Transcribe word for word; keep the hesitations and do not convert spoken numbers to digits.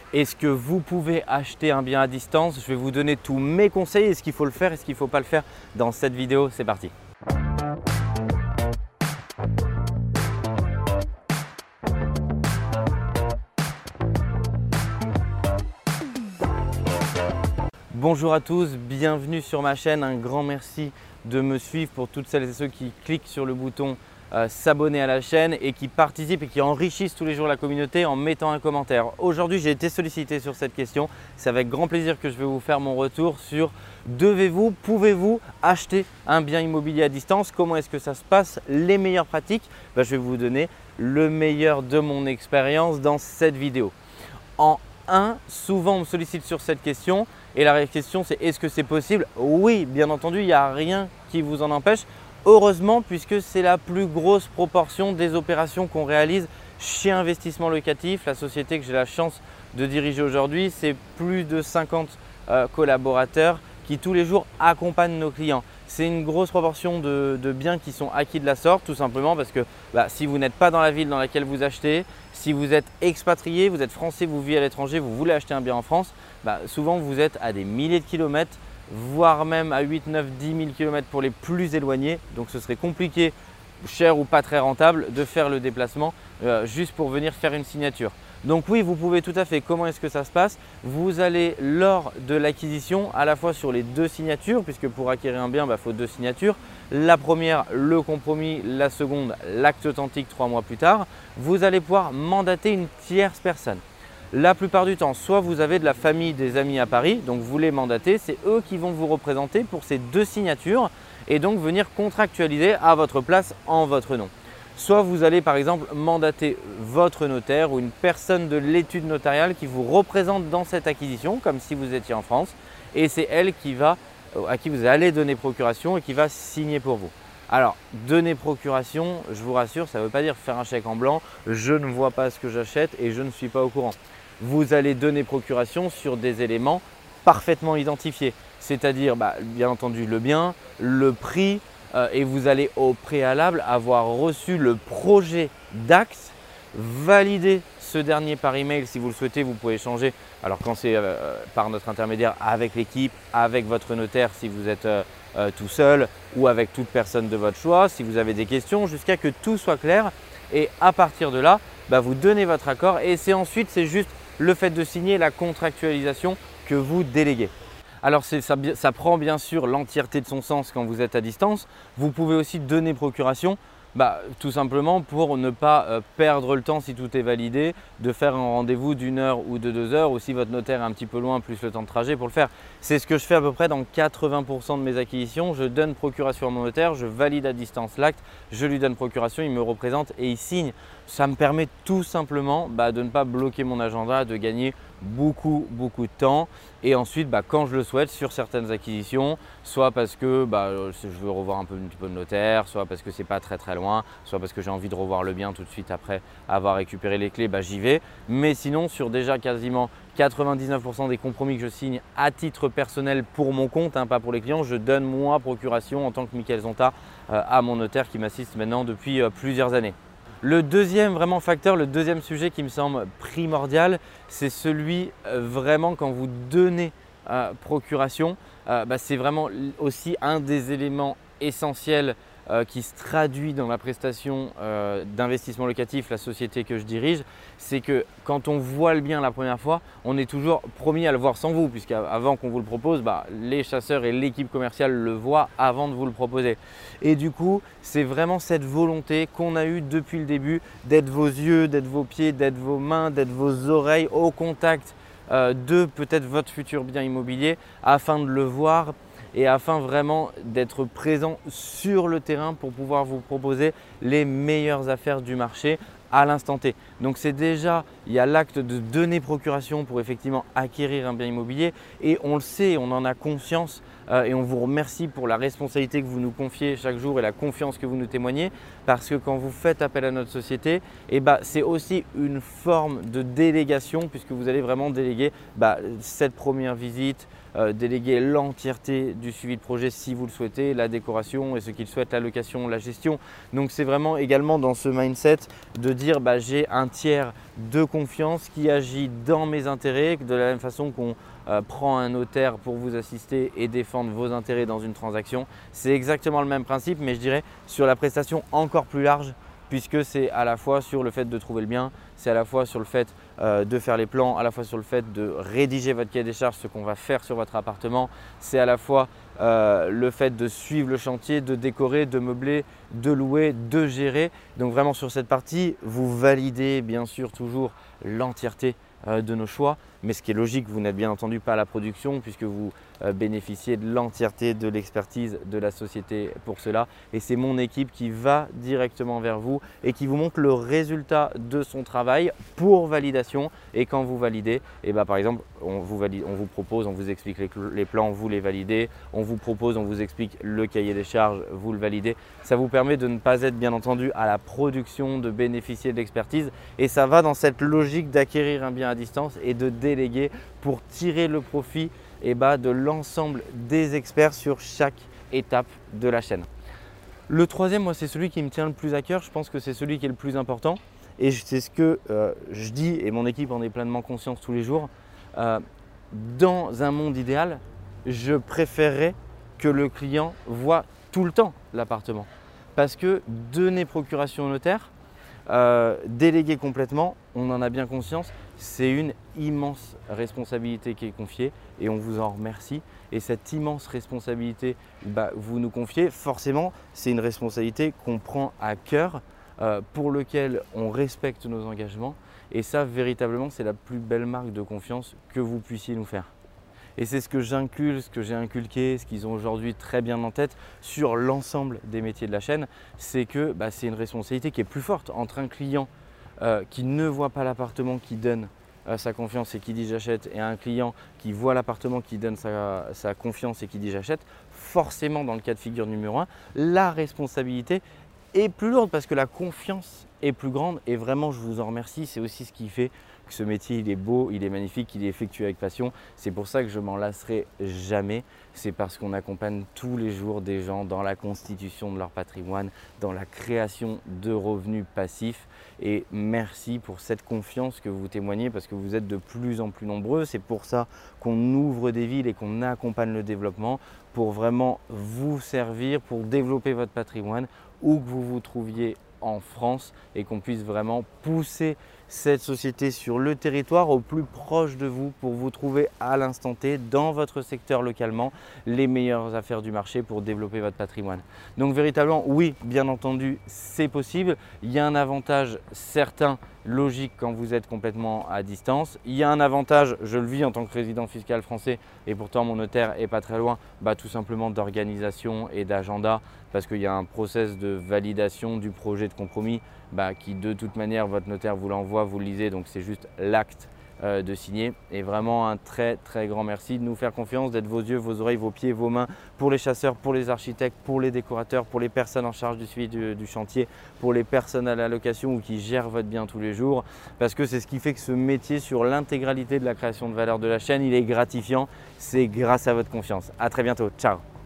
Est-ce que vous pouvez acheter un bien à distance? Je vais vous donner tous mes conseils. Est-ce qu'il faut le faire? Est-ce qu'il ne faut pas le faire dans cette vidéo? C'est parti. Bonjour à tous, bienvenue sur ma chaîne. Un grand merci de me suivre pour toutes celles et ceux qui cliquent sur le bouton euh, s'abonner à la chaîne et qui participent et qui enrichissent tous les jours la communauté en mettant un commentaire. Aujourd'hui, j'ai été sollicité sur cette question. C'est avec grand plaisir que je vais vous faire mon retour sur devez-vous, pouvez-vous acheter un bien immobilier à distance? Comment est-ce que ça se passe? Les meilleures pratiques? Ben, je vais vous donner le meilleur de mon expérience dans cette vidéo. En un, souvent on me sollicite sur cette question et la question c'est est-ce que c'est possible? Oui, bien entendu, il n'y a rien qui vous en empêche. Heureusement, puisque c'est la plus grosse proportion des opérations qu'on réalise chez Investissement Locatif, la société que j'ai la chance de diriger aujourd'hui. C'est plus de cinquante euh, collaborateurs qui tous les jours accompagnent nos clients. C'est une grosse proportion de, de biens qui sont acquis de la sorte, tout simplement parce que bah, si vous n'êtes pas dans la ville dans laquelle vous achetez, si vous êtes expatrié, vous êtes français, vous vivez à l'étranger, vous voulez acheter un bien en France, bah, souvent vous êtes à des milliers de kilomètres, voire même à huit, neuf, dix mille kilomètres pour les plus éloignés. Donc ce serait compliqué, cher ou pas très rentable de faire le déplacement euh, juste pour venir faire une signature. Donc oui, vous pouvez tout à fait. Comment est-ce que ça se passe? Vous allez lors de l'acquisition à la fois sur les deux signatures, puisque pour acquérir un bien, il bah, faut deux signatures. La première, le compromis, la seconde, l'acte authentique trois mois plus tard. Vous allez pouvoir mandater une tierce personne. La plupart du temps, soit vous avez de la famille, des amis à Paris, donc vous les mandatez, c'est eux qui vont vous représenter pour ces deux signatures et donc venir contractualiser à votre place en votre nom. Soit vous allez par exemple mandater votre notaire ou une personne de l'étude notariale qui vous représente dans cette acquisition, comme si vous étiez en France, et c'est elle qui va, à qui vous allez donner procuration et qui va signer pour vous. Alors, donner procuration, je vous rassure, ça ne veut pas dire faire un chèque en blanc, je ne vois pas ce que j'achète et je ne suis pas au courant. Vous allez donner procuration sur des éléments parfaitement identifiés, c'est-à-dire bah, bien entendu le bien, le prix euh, et vous allez au préalable avoir reçu le projet d'acte, valider ce dernier par email si vous le souhaitez, vous pouvez échanger. Alors quand c'est euh, par notre intermédiaire avec l'équipe, avec votre notaire si vous êtes euh, euh, tout seul ou avec toute personne de votre choix, si vous avez des questions, jusqu'à que tout soit clair et à partir de là, bah, vous donnez votre accord et c'est ensuite c'est juste le fait de signer la contractualisation que vous déléguez. Alors ça, ça prend bien sûr l'entièreté de son sens quand vous êtes à distance. Vous pouvez aussi donner procuration bah, tout simplement pour ne pas euh, perdre le temps si tout est validé, de faire un rendez-vous d'une heure ou de deux heures ou si votre notaire est un petit peu loin plus le temps de trajet pour le faire. C'est ce que je fais à peu près dans quatre-vingts pour cent de mes acquisitions. Je donne procuration à mon notaire, je valide à distance l'acte, je lui donne procuration, il me représente et il signe. Ça me permet tout simplement bah, de ne pas bloquer mon agenda, de gagner beaucoup beaucoup de temps et ensuite bah, quand je le souhaite sur certaines acquisitions, soit parce que bah, je veux revoir un peu, un petit peu le notaire, soit parce que c'est pas très très loin, soit parce que j'ai envie de revoir le bien tout de suite après avoir récupéré les clés, bah, j'y vais. Mais sinon sur déjà quasiment quatre-vingt-dix-neuf pour cent des compromis que je signe à titre personnel pour mon compte, hein, pas pour les clients, je donne moi procuration en tant que Mickaël Zonta euh, à mon notaire qui m'assiste maintenant depuis euh, plusieurs années. Le deuxième vraiment facteur, le deuxième sujet qui me semble primordial, c'est celui euh, vraiment quand vous donnez euh, procuration, euh, bah, c'est vraiment aussi un des éléments essentiels euh, qui se traduit dans la prestation euh, d'investissement locatif, la société que je dirige, c'est que quand on voit le bien la première fois, on est toujours promis à le voir sans vous, puisqu'avant qu'on vous le propose, bah, les chasseurs et l'équipe commerciale le voient avant de vous le proposer. Et du coup, c'est vraiment cette volonté qu'on a eue depuis le début d'être vos yeux, d'être vos pieds, d'être vos mains, d'être vos oreilles au contact euh, de peut-être votre futur bien immobilier afin de le voir et afin vraiment d'être présent sur le terrain pour pouvoir vous proposer les meilleures affaires du marché à l'instant T. Donc c'est déjà, il y a l'acte de donner procuration pour effectivement acquérir un bien immobilier et on le sait, on en a conscience euh, et on vous remercie pour la responsabilité que vous nous confiez chaque jour et la confiance que vous nous témoignez parce que quand vous faites appel à notre société, eh ben, c'est aussi une forme de délégation puisque vous allez vraiment déléguer bah, cette première visite, euh, déléguer l'entièreté du suivi de projet si vous le souhaitez, la décoration et ceux qui le souhaitent, la location, la gestion. Donc c'est vraiment également dans ce mindset de dire bah, j'ai un tiers de confiance qui agit dans mes intérêts, de la même façon qu'on euh, prend un notaire pour vous assister et défendre vos intérêts dans une transaction. C'est exactement le même principe, mais je dirais sur la prestation encore plus large, puisque c'est à la fois sur le fait de trouver le bien, c'est à la fois sur le fait euh, de faire les plans, à la fois sur le fait de rédiger votre cahier des charges, ce qu'on va faire sur votre appartement, c'est à la fois euh, le fait de suivre le chantier, de décorer, de meubler, de louer, de gérer. Donc vraiment sur cette partie, vous validez bien sûr toujours l'entièreté euh, de nos choix, mais ce qui est logique, vous n'êtes bien entendu pas à la production puisque vous euh, bénéficiez de l'entièreté de l'expertise de la société pour cela. Et c'est mon équipe qui va directement vers vous et qui vous montre le résultat de son travail pour validation. Et quand vous validez, et bah, par exemple, on vous, valide, on vous propose, on vous explique les, les plans, vous les validez. On vous propose, on vous explique le cahier des charges, vous le validez. Ça vous permet de ne pas être bien entendu à la production, de bénéficier de l'expertise. Et ça va dans cette logique d'acquérir un bien à distance et de déléguer pour tirer le profit et bah, de l'ensemble des experts sur chaque étape de la chaîne. Le troisième, moi, c'est celui qui me tient le plus à cœur. Je pense que c'est celui qui est le plus important et c'est ce que euh, je dis et mon équipe en est pleinement consciente tous les jours. Euh, dans un monde idéal, je préférerais que le client voit tout le temps l'appartement parce que donner procuration au notaire, euh, déléguer complètement, on en a bien conscience, c'est une immense responsabilité qui est confiée et on vous en remercie. Et cette immense responsabilité, bah, vous nous confiez, forcément, c'est une responsabilité qu'on prend à cœur, euh, pour lequel on respecte nos engagements. Et ça, véritablement, c'est la plus belle marque de confiance que vous puissiez nous faire. Et c'est ce que j'inculque, ce que j'ai inculqué, ce qu'ils ont aujourd'hui très bien en tête sur l'ensemble des métiers de la chaîne, c'est que bah, c'est une responsabilité qui est plus forte entre un client euh, qui ne voit pas l'appartement, qui donne euh, sa confiance et qui dit j'achète, et un client qui voit l'appartement, qui donne sa, sa confiance et qui dit j'achète. Forcément, dans le cas de figure numéro un, la responsabilité est plus lourde parce que la confiance est plus grande et vraiment je vous en remercie. C'est aussi ce qui fait que ce métier il est beau, il est magnifique, il est effectué avec passion. C'est pour ça que je m'en lasserai jamais. C'est parce qu'on accompagne tous les jours des gens dans la constitution de leur patrimoine, dans la création de revenus passifs. Et merci pour cette confiance que vous témoignez parce que vous êtes de plus en plus nombreux. C'est pour ça qu'on ouvre des villes et qu'on accompagne le développement pour vraiment vous servir, pour développer votre patrimoine où que vous vous trouviez en France et qu'on puisse vraiment pousser cette société sur le territoire au plus proche de vous pour vous trouver à l'instant T dans votre secteur localement les meilleures affaires du marché pour développer votre patrimoine. Donc véritablement, oui, bien entendu, c'est possible. Il y a un avantage certain, logique quand vous êtes complètement à distance. Il y a un avantage, je le vis en tant que résident fiscal français et pourtant mon notaire est pas très loin, bah, tout simplement d'organisation et d'agenda parce qu'il y a un process de validation du projet de compromis bah, qui de toute manière votre notaire vous l'envoie, vous le lisez, donc c'est juste l'acte euh, de signer. Et vraiment un très très grand merci de nous faire confiance, d'être vos yeux, vos oreilles, vos pieds, vos mains pour les chasseurs, pour les architectes, pour les décorateurs, pour les personnes en charge du suivi du, du chantier, pour les personnes à la location ou qui gèrent votre bien tous les jours. Parce que c'est ce qui fait que ce métier sur l'intégralité de la création de valeur de la chaîne, il est gratifiant. C'est grâce à votre confiance. À très bientôt. Ciao.